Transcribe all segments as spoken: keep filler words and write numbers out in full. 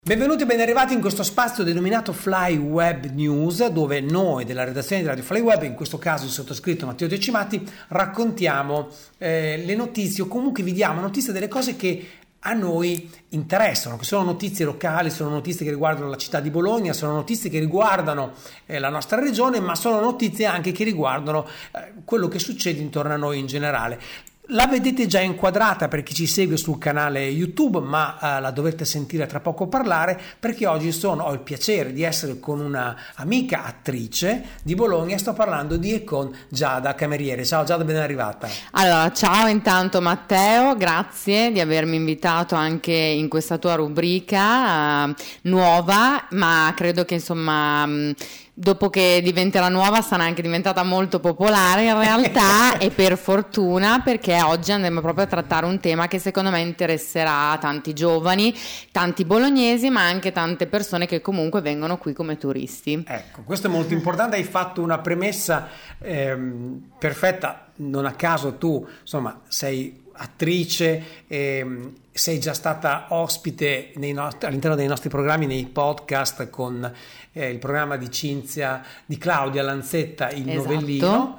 Benvenuti e ben arrivati in questo spazio denominato Fly Web News, dove noi della redazione di Radio Fly Web, in questo caso il sottoscritto Matteo Decimati, raccontiamo eh, le notizie o comunque vi diamo notizie delle cose che a noi interessano, che sono notizie locali, sono notizie che riguardano la città di Bologna, sono notizie che riguardano eh, la nostra regione, ma sono notizie anche che riguardano eh, quello che succede intorno a noi in generale. La vedete già inquadrata per chi ci segue sul canale YouTube, ma uh, la dovete sentire tra poco parlare, perché oggi sono, ho il piacere di essere con una amica attrice di Bologna. Sto parlando di e con Giada Cameriere. Ciao Giada, ben arrivata. Allora, ciao intanto Matteo, grazie di avermi invitato anche in questa tua rubrica uh, nuova, ma credo che insomma... Um, dopo che diventerà nuova sarà anche diventata molto popolare in realtà e per fortuna, perché oggi andremo proprio a trattare un tema che secondo me interesserà tanti giovani, tanti bolognesi, ma anche tante persone che comunque vengono qui come turisti. Ecco, questo è molto importante, hai fatto una premessa ehm, perfetta, non a caso tu insomma sei attrice, ehm, sei già stata ospite nei nostri, all'interno dei nostri programmi, nei podcast con eh, il programma di Cinzia, di Claudia Lanzetta, il esatto. Novellino,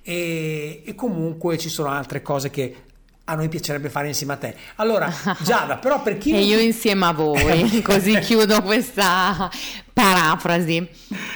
e, e comunque ci sono altre cose che a noi piacerebbe fare insieme a te. Allora Giada, però per chi... e io ti... insieme a voi, così chiudo questa parafrasi.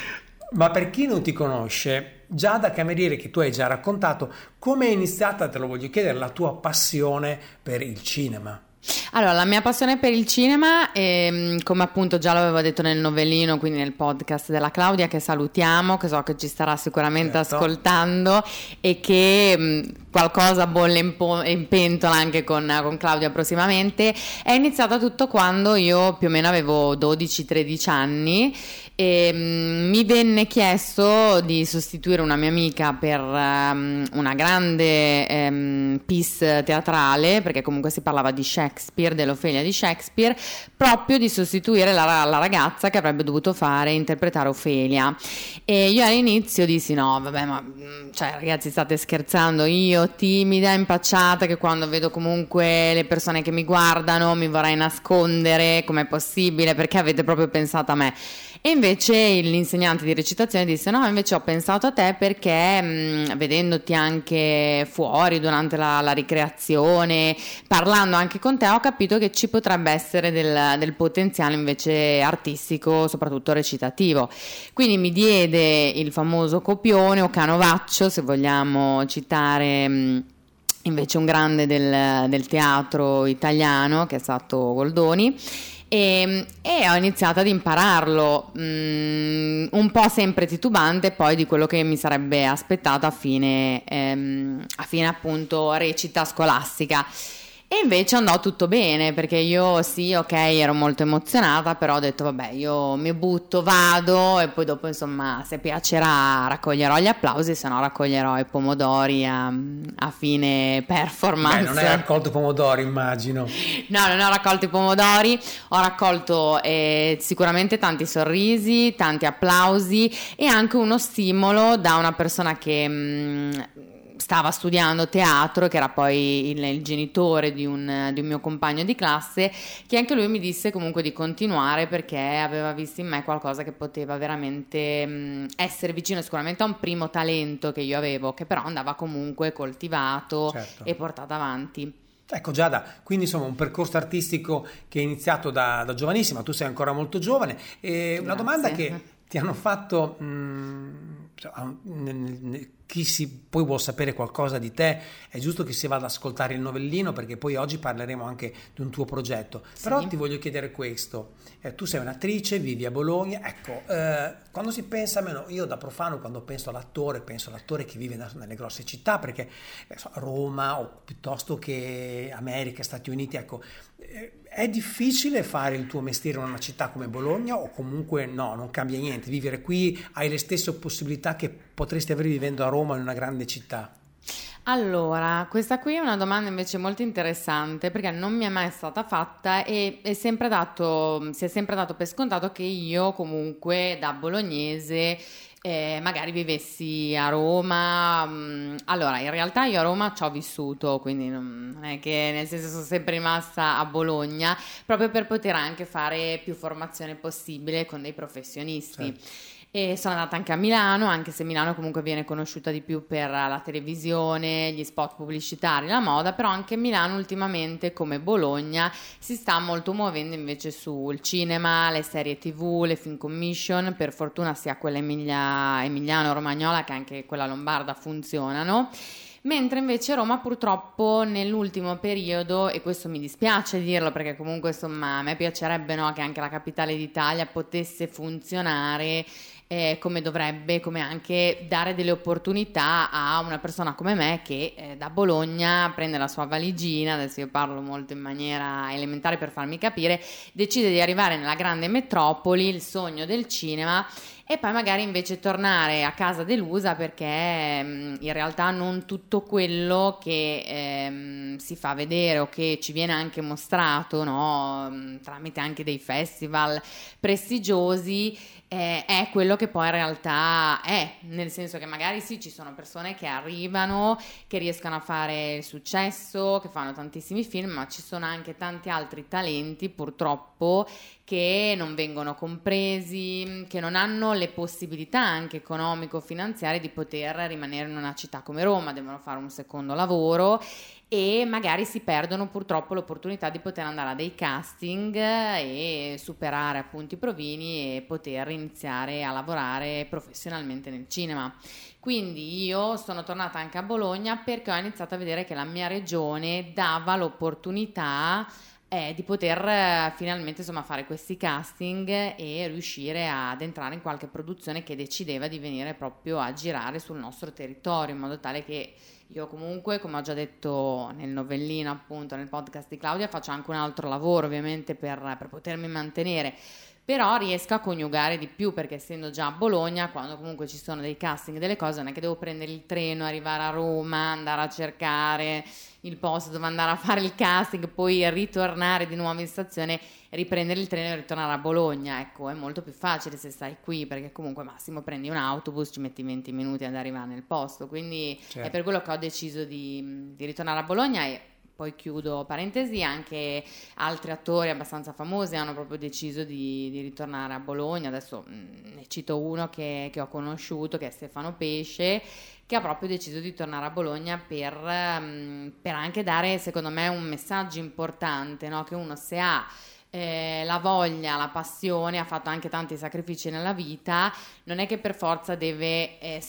Ma per chi non ti conosce, Giada Cameriere, che tu hai già raccontato, come è iniziata, te lo voglio chiedere, la tua passione per il cinema? Allora, la mia passione per il cinema, è, come appunto già l'avevo detto nel novellino, quindi nel podcast della Claudia, che salutiamo, che so che ci starà sicuramente certo. ascoltando, e che mh, qualcosa bolle in, po- in pentola anche con, con Claudia prossimamente, è iniziata tutto quando io più o meno avevo dodici tredici anni e mh, mi venne chiesto di sostituire una mia amica per um, una grande um, piece teatrale, perché comunque si parlava di Shakespeare, dell'Ofelia di Shakespeare, proprio di sostituire la, la ragazza che avrebbe dovuto fare interpretare Ofelia. E io all'inizio dissi no vabbè, ma cioè ragazzi, state scherzando, io timida, impacciata, che quando vedo comunque le persone che mi guardano mi vorrei nascondere, com'è possibile, perché avete proprio pensato a me? E invece l'insegnante di recitazione disse no, invece ho pensato a te perché mh, vedendoti anche fuori durante la, la ricreazione, parlando anche con te, ho capito che ci potrebbe essere del, del potenziale invece artistico, soprattutto recitativo. Quindi mi diede il famoso copione o canovaccio, se vogliamo citare mh, invece un grande del, del teatro italiano, che è stato Goldoni. E, e ho iniziato ad impararlo mh, un po' sempre titubante poi di quello che mi sarebbe aspettato a fine, ehm, a fine appunto recita scolastica. E invece andò tutto bene, perché io sì, ok, ero molto emozionata, però ho detto vabbè, io mi butto, vado, e poi dopo insomma se piacerà raccoglierò gli applausi, se no raccoglierò i pomodori a, a fine performance. Beh, non hai raccolto pomodori, immagino. No, non ho raccolto i pomodori, ho raccolto eh, sicuramente tanti sorrisi, tanti applausi e anche uno stimolo da una persona che... Mh, stava studiando teatro, che era poi il, il genitore di un, di un mio compagno di classe, che anche lui mi disse comunque di continuare perché aveva visto in me qualcosa che poteva veramente mh, essere vicino sicuramente a un primo talento che io avevo, che però andava comunque coltivato certo. e portato avanti. Ecco Giada, quindi insomma un percorso artistico che è iniziato da, da giovanissima, tu sei ancora molto giovane, e una domanda che ti hanno fatto mh, chi si poi vuol sapere qualcosa di te, è giusto che si vada ad ascoltare il novellino, perché poi oggi parleremo anche di un tuo progetto. Sì. Però ti voglio chiedere questo, eh, tu sei un'attrice, vivi a Bologna, ecco, eh, quando si pensa, almeno io da profano quando penso all'attore, penso all'attore che vive nelle grosse città, perché eh, Roma o piuttosto che America, Stati Uniti, ecco, eh, è difficile fare il tuo mestiere in una città come Bologna o comunque no, non cambia niente, vivere qui hai le stesse possibilità che potresti avere vivendo a Roma in una grande città? Allora, questa qui è una domanda invece molto interessante perché non mi è mai stata fatta e è sempre dato, si è sempre dato per scontato che io comunque da bolognese eh, magari vivessi a Roma. mm, Allora, in realtà io a Roma ci ho vissuto, quindi non non è che nel senso sono sempre rimasta a Bologna, proprio per poter anche fare più formazione possibile con dei professionisti. Certo. E sono andata anche a Milano, anche se Milano comunque viene conosciuta di più per la televisione, gli spot pubblicitari, la moda, però anche Milano ultimamente, come Bologna, si sta molto muovendo invece sul cinema, le serie tivù, le film commission, per fortuna sia quella Emilia, emiliano-romagnola che anche quella lombarda funzionano. Mentre invece Roma purtroppo nell'ultimo periodo, e questo mi dispiace dirlo perché comunque insomma a me piacerebbe, no, che anche la capitale d'Italia potesse funzionare eh, come dovrebbe, come anche dare delle opportunità a una persona come me che eh, da Bologna prende la sua valigina, adesso io parlo molto in maniera elementare per farmi capire, decide di arrivare nella grande metropoli, il sogno del cinema, e poi magari invece tornare a casa delusa perché mh, in realtà non tutto quello che ehm, si fa vedere o che ci viene anche mostrato, no, mh, tramite anche dei festival prestigiosi eh, è quello che poi in realtà è, nel senso che magari sì, ci sono persone che arrivano, che riescono a fare il successo, che fanno tantissimi film, ma ci sono anche tanti altri talenti purtroppo che non vengono compresi, che non hanno le possibilità anche economico-finanziarie di poter rimanere in una città come Roma, devono fare un secondo lavoro e magari si perdono purtroppo l'opportunità di poter andare a dei casting e superare appunto i provini e poter iniziare a lavorare professionalmente nel cinema. Quindi io sono tornata anche a Bologna perché ho iniziato a vedere che la mia regione dava l'opportunità eh, di poter eh, finalmente insomma fare questi casting e riuscire ad entrare in qualche produzione che decideva di venire proprio a girare sul nostro territorio, in modo tale che io comunque, come ho già detto nel novellino appunto nel podcast di Claudia, faccio anche un altro lavoro ovviamente per, per potermi mantenere, però riesco a coniugare di più perché essendo già a Bologna, quando comunque ci sono dei casting, delle cose, non è che devo prendere il treno, arrivare a Roma, andare a cercare il posto dove andare a fare il casting, poi ritornare di nuovo in stazione, riprendere il treno e ritornare a Bologna. Ecco, è molto più facile se stai qui perché comunque massimo prendi un autobus, ci metti venti minuti ad arrivare nel posto, quindi Certo. è per quello che ho deciso di, di ritornare a Bologna. E poi chiudo parentesi, anche altri attori abbastanza famosi hanno proprio deciso di, di ritornare a Bologna. Adesso mh, ne cito uno che, che ho conosciuto, che è Stefano Pesce, che ha proprio deciso di tornare a Bologna per, mh, per anche dare, secondo me, un messaggio importante, no? Che uno se ha eh, la voglia, la passione, ha fatto anche tanti sacrifici nella vita, non è che per forza deve eh,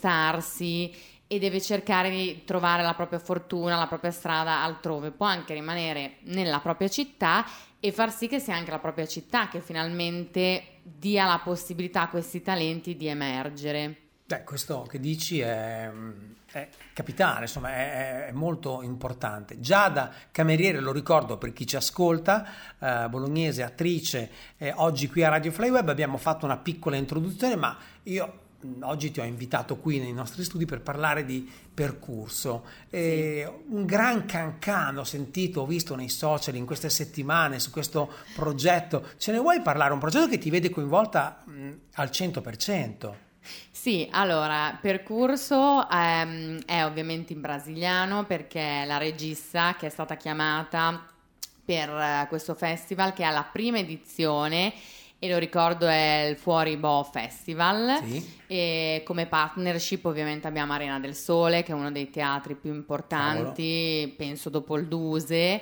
spostarsi e deve cercare di trovare la propria fortuna, la propria strada altrove, può anche rimanere nella propria città e far sì che sia anche la propria città che finalmente dia la possibilità a questi talenti di emergere. Beh, questo che dici è, è capitale, insomma, è, è molto importante. Giada Cameriere, lo ricordo per chi ci ascolta, eh, bolognese, attrice, eh, oggi qui a Radio Flyweb abbiamo fatto una piccola introduzione, ma io oggi ti ho invitato qui nei nostri studi per parlare di percorso. Eh, sì. Un gran cancan ho sentito, ho visto nei social in queste settimane su questo progetto. Ce ne vuoi parlare? Un progetto che ti vede coinvolta mh, al cento per cento. Sì, allora, Percorso ehm, è ovviamente in brasiliano perché la regista che è stata chiamata per uh, questo festival, che è la prima edizione, e lo ricordo è il Fuori Bo Festival, sì. E come partnership ovviamente abbiamo Arena del Sole, che è uno dei teatri più importanti, Cavolo. Penso dopo il Duse.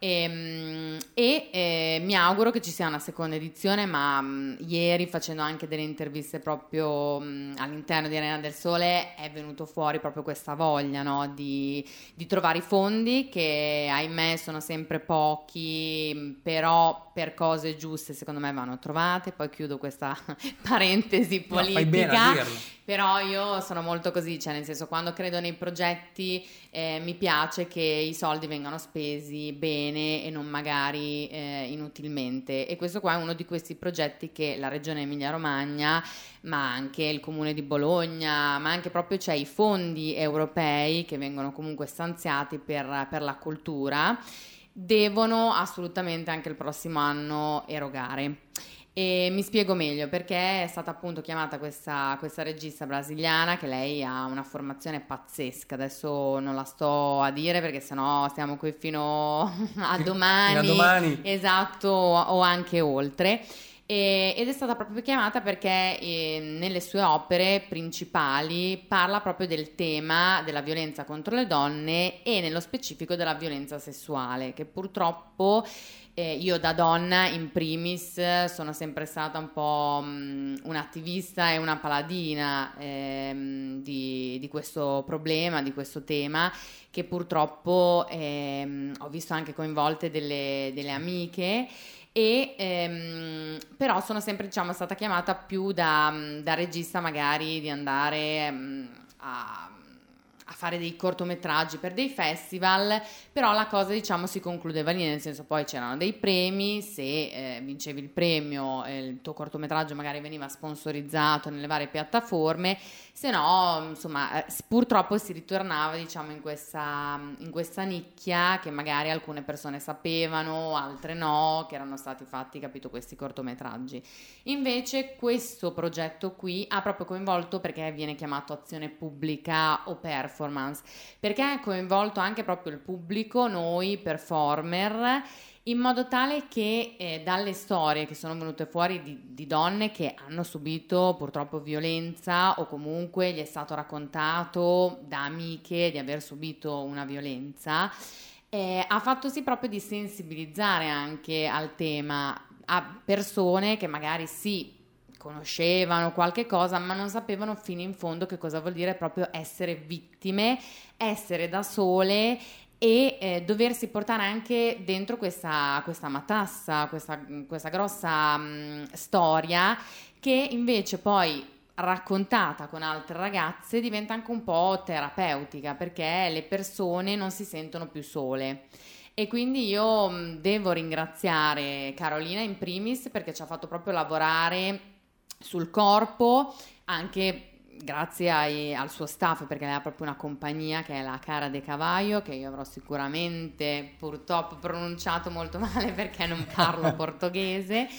E, e eh, mi auguro che ci sia una seconda edizione, ma mh, ieri facendo anche delle interviste proprio mh, all'interno di Arena del Sole è venuto fuori proprio questa voglia, no? di, di trovare i fondi che ahimè sono sempre pochi, però per cose giuste secondo me vanno trovate. Poi chiudo questa parentesi politica. No, fai bene a dirlo. Però io sono molto così, cioè nel senso, quando credo nei progetti eh, mi piace che i soldi vengano spesi bene, bene e non magari eh, inutilmente. E questo qua è uno di questi progetti che la Regione Emilia-Romagna, ma anche il Comune di Bologna, ma anche proprio c'è i fondi europei che vengono comunque stanziati per, per la cultura, devono assolutamente anche il prossimo anno erogare. E mi spiego meglio, perché è stata appunto chiamata questa, questa regista brasiliana, che lei ha una formazione pazzesca. Adesso non la sto a dire perché sennò stiamo qui fino a domani, fino a domani. Esatto, o anche oltre. E, ed è stata proprio chiamata perché eh, nelle sue opere principali parla proprio del tema della violenza contro le donne e nello specifico della violenza sessuale, che purtroppo eh, io da donna in primis sono sempre stata un po' mh, un'attivista e una paladina ehm, di, di questo problema, di questo tema, che purtroppo ehm, ho visto anche coinvolte delle, delle amiche. E ehm, però sono sempre, diciamo, stata chiamata più da, da regista, magari di andare um, a, a fare dei cortometraggi per dei festival, però la cosa, diciamo, si concludeva lì, nel senso, poi c'erano dei premi, se eh, vincevi il premio eh, il tuo cortometraggio magari veniva sponsorizzato nelle varie piattaforme, se no, insomma, eh, purtroppo si ritornava, diciamo, in questa, in questa nicchia che magari alcune persone sapevano, altre no, che erano stati fatti, capito, questi cortometraggi. Invece questo progetto qui ha proprio coinvolto, perché viene chiamato azione pubblica o performance, perché ha coinvolto anche proprio il pubblico, noi performer, in modo tale che eh, dalle storie che sono venute fuori di, di donne che hanno subito purtroppo violenza, o comunque gli è stato raccontato da amiche di aver subito una violenza, eh, ha fatto sì proprio di sensibilizzare anche al tema a persone che magari sì conoscevano qualche cosa, ma non sapevano fino in fondo che cosa vuol dire proprio essere vittime, essere da sole e eh, doversi portare anche dentro questa, questa matassa, questa, questa grossa mh, storia, che invece poi raccontata con altre ragazze diventa anche un po' terapeutica, perché le persone non si sentono più sole. E quindi io mh, devo ringraziare Carolina in primis, perché ci ha fatto proprio lavorare sul corpo, anche grazie ai, al suo staff, perché lei ha proprio una compagnia che è la Cara de Cavallo, che io avrò sicuramente purtroppo pronunciato molto male perché non parlo portoghese,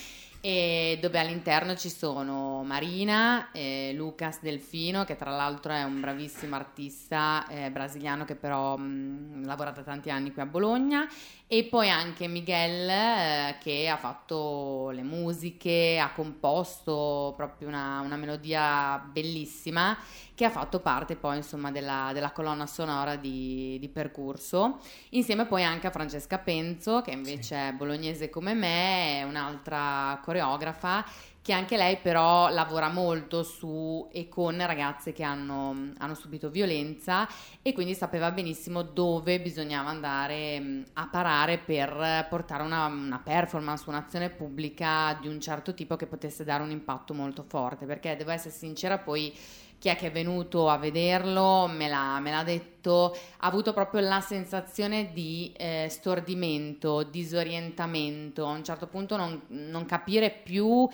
e dove all'interno ci sono Marina, eh, Lucas Delfino, che tra l'altro è un bravissimo artista eh, brasiliano che però mh, lavora da tanti anni qui a Bologna, e poi anche Miguel eh, che ha fatto le musiche, ha composto proprio una, una melodia bellissima, che ha fatto parte poi insomma della, della colonna sonora di, di Percorso, insieme poi anche a Francesca Penzo, che invece sì. è bolognese come me, è un'altra coreografa, che anche lei però lavora molto su e con ragazze che hanno, hanno subito violenza, e quindi sapeva benissimo dove bisognava andare a parare per portare una, una performance, un'azione pubblica di un certo tipo che potesse dare un impatto molto forte, perché devo essere sincera, poi chi è che è venuto a vederlo me l'ha, me l'ha detto, ha avuto proprio la sensazione di eh, stordimento, disorientamento, a un certo punto non, non capire più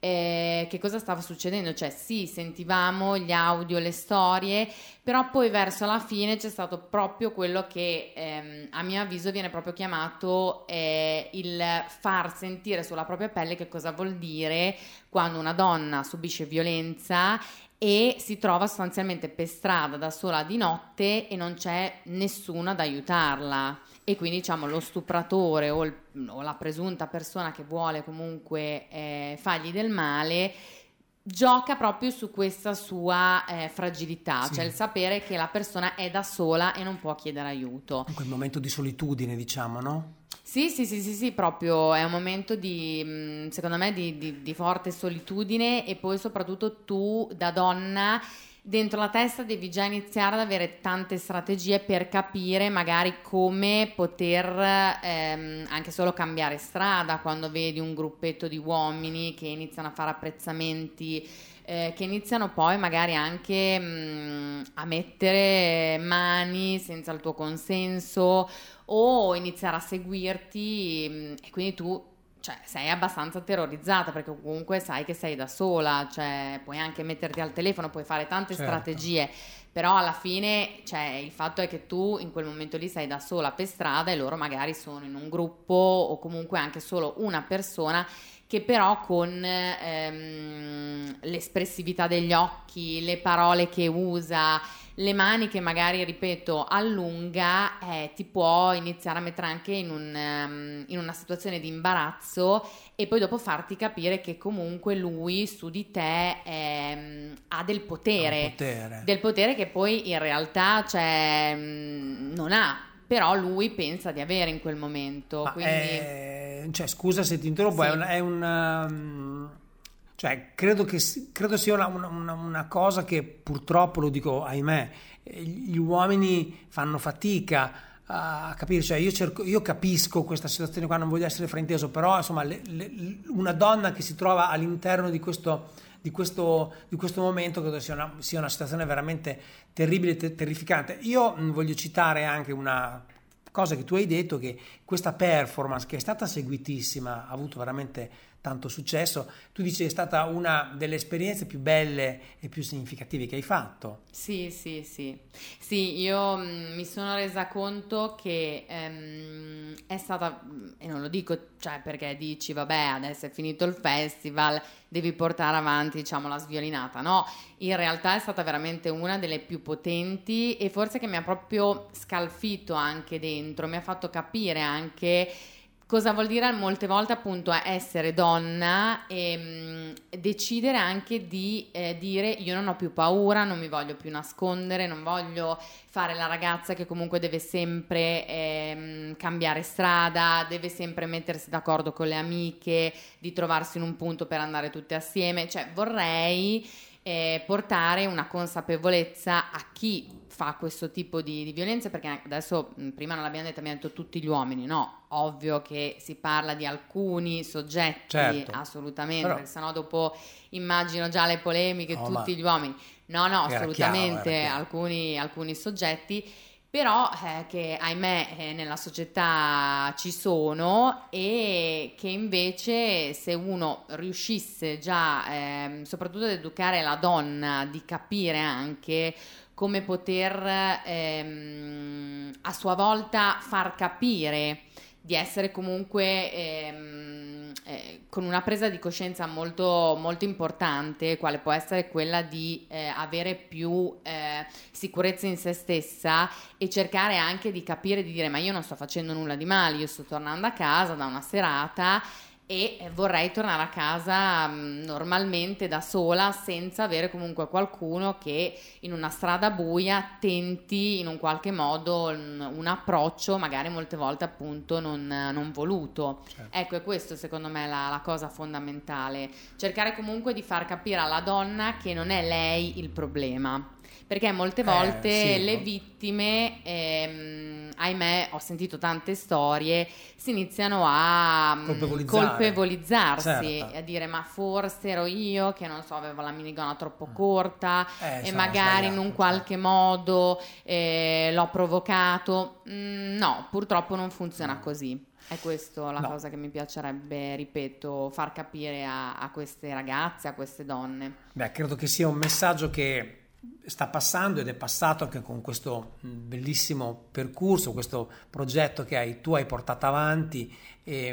eh, che cosa stava succedendo, cioè sì, sentivamo gli audio, le storie, però poi verso la fine c'è stato proprio quello che ehm, a mio avviso viene proprio chiamato eh, il far sentire sulla propria pelle che cosa vuol dire quando una donna subisce violenza e si trova sostanzialmente per strada da sola di notte e non c'è nessuno ad aiutarla, e quindi diciamo lo stupratore o, il, o la presunta persona che vuole comunque eh, fargli del male gioca proprio su questa sua eh, fragilità, sì. cioè il sapere che la persona è da sola e non può chiedere aiuto. In quel momento di solitudine, diciamo, no? Sì, sì, sì, sì, sì, proprio è un momento di, secondo me, di, di, di forte solitudine, e poi soprattutto tu da donna dentro la testa devi già iniziare ad avere tante strategie per capire magari come poter ehm, anche solo cambiare strada quando vedi un gruppetto di uomini che iniziano a fare apprezzamenti, eh, che iniziano poi magari anche mh, a mettere mani senza il tuo consenso, o iniziare a seguirti mh, e quindi tu cioè sei abbastanza terrorizzata perché comunque sai che sei da sola, cioè puoi anche metterti al telefono, puoi fare tante certo. strategie, però alla fine cioè il fatto è che tu in quel momento lì sei da sola per strada e loro magari sono in un gruppo o comunque anche solo una persona che però con ehm, l'espressività degli occhi, le parole che usa, le mani che magari, ripeto, allunga, eh, ti può iniziare a mettere anche in, un, um, in una situazione di imbarazzo e poi dopo farti capire che comunque lui su di te ehm, ha del potere, ha potere, del potere che poi in realtà cioè, mh, non ha. Però lui pensa di avere in quel momento. Ma quindi... è, cioè, scusa se ti interrompo, Sì. è una, è una cioè, credo che credo sia una, una, una cosa che purtroppo, lo dico ahimè, gli uomini fanno fatica a capire. Cioè, io, cerco, io capisco questa situazione qua, non voglio essere frainteso, però insomma le, le, una donna che si trova all'interno di questo Di questo, di questo momento credo sia una, sia una situazione veramente terribile e terrificante. Io mh, voglio citare anche una cosa che tu hai detto, che questa performance che è stata seguitissima, ha avuto veramente tanto successo, tu dici è stata una delle esperienze più belle e più significative che hai fatto. Sì, sì, sì. Sì, io mh, mi sono resa conto che ehm, è stata, e non lo dico cioè perché dici vabbè adesso è finito il festival, devi portare avanti diciamo la sviolinata, no, in realtà è stata veramente una delle più potenti e forse che mi ha proprio scalfito anche dentro, mi ha fatto capire anche cosa vuol dire molte volte appunto essere donna e mh, decidere anche di eh, dire io non ho più paura, non mi voglio più nascondere, non voglio fare la ragazza che comunque deve sempre ehm, cambiare strada, deve sempre mettersi d'accordo con le amiche, di trovarsi in un punto per andare tutte assieme, cioè vorrei eh, portare una consapevolezza a chi fa questo tipo di, di violenza, perché adesso mh, prima non l'abbiamo detto, abbiamo detto tutti gli uomini, no, ovvio che si parla di alcuni soggetti, certo, assolutamente, però... perché sennò dopo immagino già le polemiche, no, tutti ma... gli uomini, no no, era assolutamente chiaro, era alcuni, alcuni soggetti, però eh, che ahimè eh, nella società ci sono e che invece se uno riuscisse già eh, soprattutto ad educare la donna, di capire anche come poter ehm, a sua volta far capire di essere comunque ehm, eh, con una presa di coscienza molto, molto importante, quale può essere quella di eh, avere più eh, sicurezza in se stessa e cercare anche di capire, di dire ma io non sto facendo nulla di male, io sto tornando a casa da una serata e vorrei tornare a casa mh, normalmente da sola, senza avere comunque qualcuno che in una strada buia tenti in un qualche modo un, un approccio magari molte volte appunto non, non voluto. Certo. Ecco, è questo secondo me la, la cosa fondamentale, cercare comunque di far capire alla donna che non è lei il problema, perché molte volte eh, sì, le no? vittime ehm, ahimè ho sentito tante storie, si iniziano a colpevolizzarsi, certo. A dire ma forse ero io che non so avevo la minigonna troppo corta eh, e magari in un qualche certo. modo eh, l'ho provocato. Mm, no, purtroppo non funziona no. così. È questo la no. cosa che mi piacerebbe, ripeto, far capire a, a queste ragazze, a queste donne. Beh, credo che sia un messaggio che sta passando ed è passato anche con questo bellissimo percorso, questo progetto che hai, tu hai portato avanti e,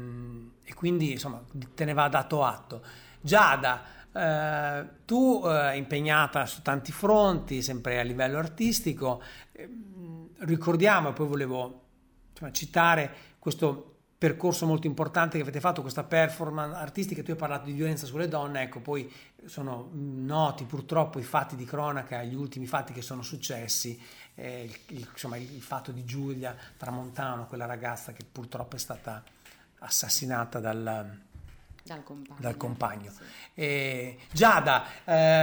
e quindi insomma te ne va dato atto. Giada, eh, tu eh, impegnata su tanti fronti, sempre a livello artistico, eh, ricordiamo, e poi volevo insomma, citare questo percorso molto importante che avete fatto, questa performance artistica. Tu hai parlato di violenza sulle donne, ecco, poi sono noti purtroppo i fatti di cronaca, gli ultimi fatti che sono successi, eh, il, il, insomma il, il fatto di Giulia Tramontano, quella ragazza che purtroppo è stata assassinata dal, dal compagno. Dal compagno. Sì. Eh, Giada, eh,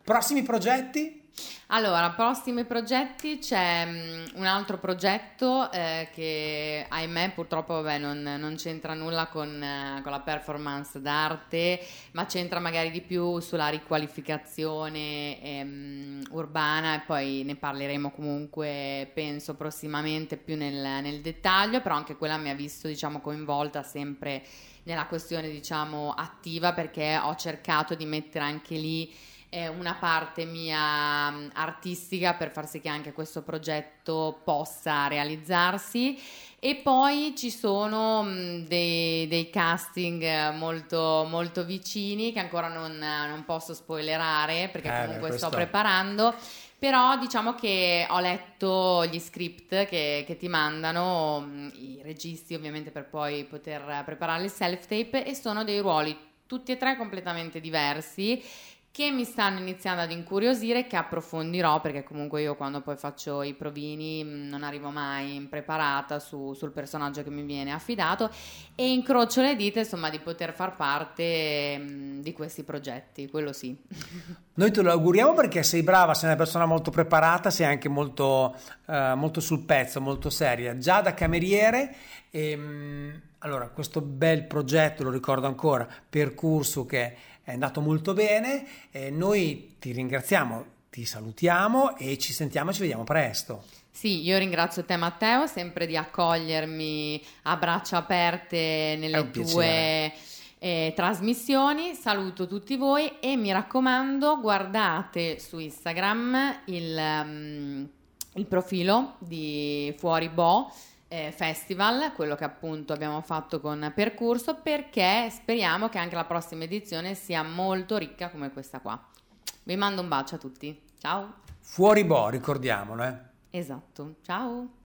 Prossimi progetti? Allora, prossimi progetti, c'è um, un altro progetto eh, che ahimè purtroppo vabbè, non, non c'entra nulla con, eh, con la performance d'arte, ma c'entra magari di più sulla riqualificazione ehm, urbana, e poi ne parleremo comunque penso prossimamente più nel, nel dettaglio, però anche quella mi ha visto diciamo coinvolta sempre nella questione diciamo attiva, perché ho cercato di mettere anche lì una parte mia artistica per far sì che anche questo progetto possa realizzarsi. E poi ci sono mh, dei, dei casting molto, molto vicini che ancora non, non posso spoilerare perché eh, comunque questo... sto preparando, però diciamo che ho letto gli script che, che ti mandano mh, i registi ovviamente per poi poter preparare il self-tape, e sono dei ruoli tutti e tre completamente diversi che mi stanno iniziando ad incuriosire, che approfondirò, perché comunque io quando poi faccio i provini non arrivo mai preparata su, sul personaggio che mi viene affidato, e incrocio le dita insomma di poter far parte mh, di questi progetti, quello sì. Noi te lo auguriamo perché sei brava, sei una persona molto preparata, sei anche molto, uh, molto sul pezzo, molto seria, già da cameriere. E, mh, allora, questo bel progetto, lo ricordo ancora, Percurso, che è andato molto bene, e noi ti ringraziamo, ti salutiamo e ci sentiamo e ci vediamo presto. Sì, io ringrazio te Matteo, sempre di accogliermi a braccia aperte nelle tue eh, trasmissioni. Saluto tutti voi e mi raccomando, guardate su Instagram il, um, il profilo di Fuori Bo Eh, Festival, quello che appunto abbiamo fatto con Percurso, perché speriamo che anche la prossima edizione sia molto ricca come questa qua. Vi mando un bacio a tutti, ciao. Fuori Bo, ricordiamolo, eh. Esatto, ciao.